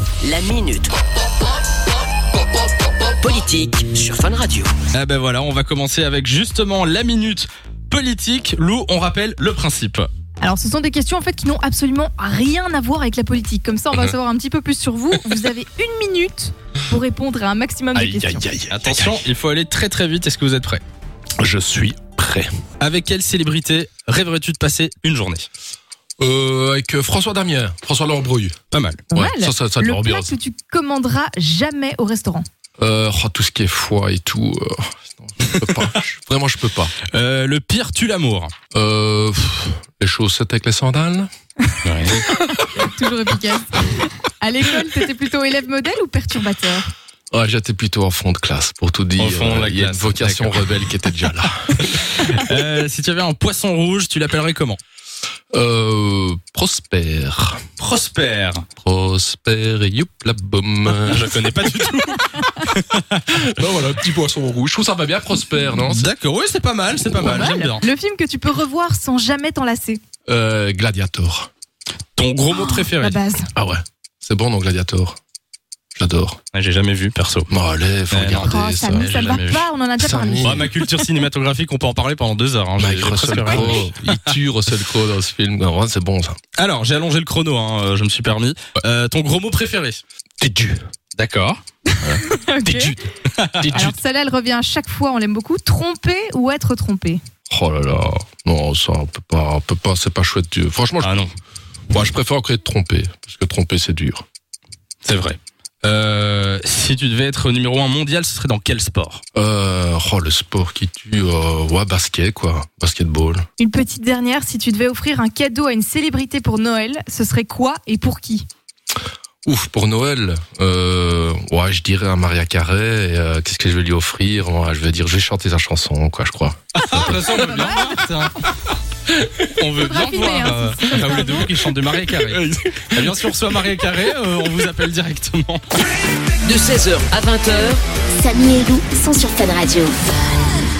La minute politique sur Fun Radio. Ah ben voilà, on va commencer avec justement la minute politique. Lou, on rappelle le principe. Alors ce sont des questions en fait qui n'ont absolument rien à voir avec la politique. Comme ça on va savoir un petit peu plus sur vous. Vous avez 1 minute pour répondre à un maximum de questions. Attention, il faut aller très très vite. Est-ce que vous êtes prêts ? Je suis prêt. Avec quelle célébrité rêverais-tu de passer une journée ? Avec François Damien, François Lambrouille. Pas mal. Pas mal. Ça Le devrait bien. plat que tu commanderas jamais au restaurant. Tout ce qui est foie et tout. Non, je peux pas. Vraiment, je peux pas. Le pire tue l'amour. Les chaussettes avec les sandales. Ouais. Toujours efficace. À l'école, t'étais plutôt élève modèle ou perturbateur ? Ouais, j'étais plutôt en fond de classe, pour tout dire. Au fond de la Il y a une classe, vocation d'accord. rebelle qui était déjà là. Si tu avais un poisson rouge, tu l'appellerais comment ? Prosper. Prosper. Prosper et youp la boum. Je connais pas du tout. Non, voilà, petit poisson rouge. Je trouve ça va bien, Prosper, non ? D'accord, oui, c'est pas mal, j'aime bien. Le film que tu peux revoir sans jamais t'en lasser. Gladiator. Ton gros mot préféré ? La base. Ah ouais, c'est bon, non, Gladiator. J'adore. J'ai jamais vu, perso. Bon, allez, faut regarder Oh, ça. Samy, ça ne va jamais vu. pas, on en a déjà parlé. Samy. Bah, ma culture cinématographique, on peut en parler pendant 2 heures. Hein. Mike J'ai presque Russell rien. Crowe, il tue Russell Crowe dans ce film. Non, c'est bon, ça. Alors, j'ai allongé le chrono, hein, je me suis permis. Ton gros mot préféré ? Têtu. D'accord. Ok. Têtu. Alors celle-là, elle revient à chaque fois, on l'aime beaucoup. Tromper ou être trompé ? Oh là là. Non, ça, on peut pas, c'est pas chouette. Franchement, Ah non, moi, je préfère encore être trompé. Parce que tromper, c'est dur. c'est vrai. Si tu devais être numéro 1 mondial, ce serait dans quel sport ? Le sport qui tue, basket, quoi. Basketball. Une petite dernière, si tu devais offrir un cadeau à une célébrité pour Noël, ce serait quoi et pour qui ? Ouf, pour Noël, je dirais à Maria Carré, et, qu'est-ce que je vais lui offrir? Je vais chanter sa chanson, quoi, je crois. On veut bien voir, on veut bien Raffiner, voir hein, Raoul et Debout qui chante de Maria Carré. Eh bien, si on reçoit Maria Carré, on vous appelle directement. De 16h à 20h, Samy et Lou sont sur Fun Radio.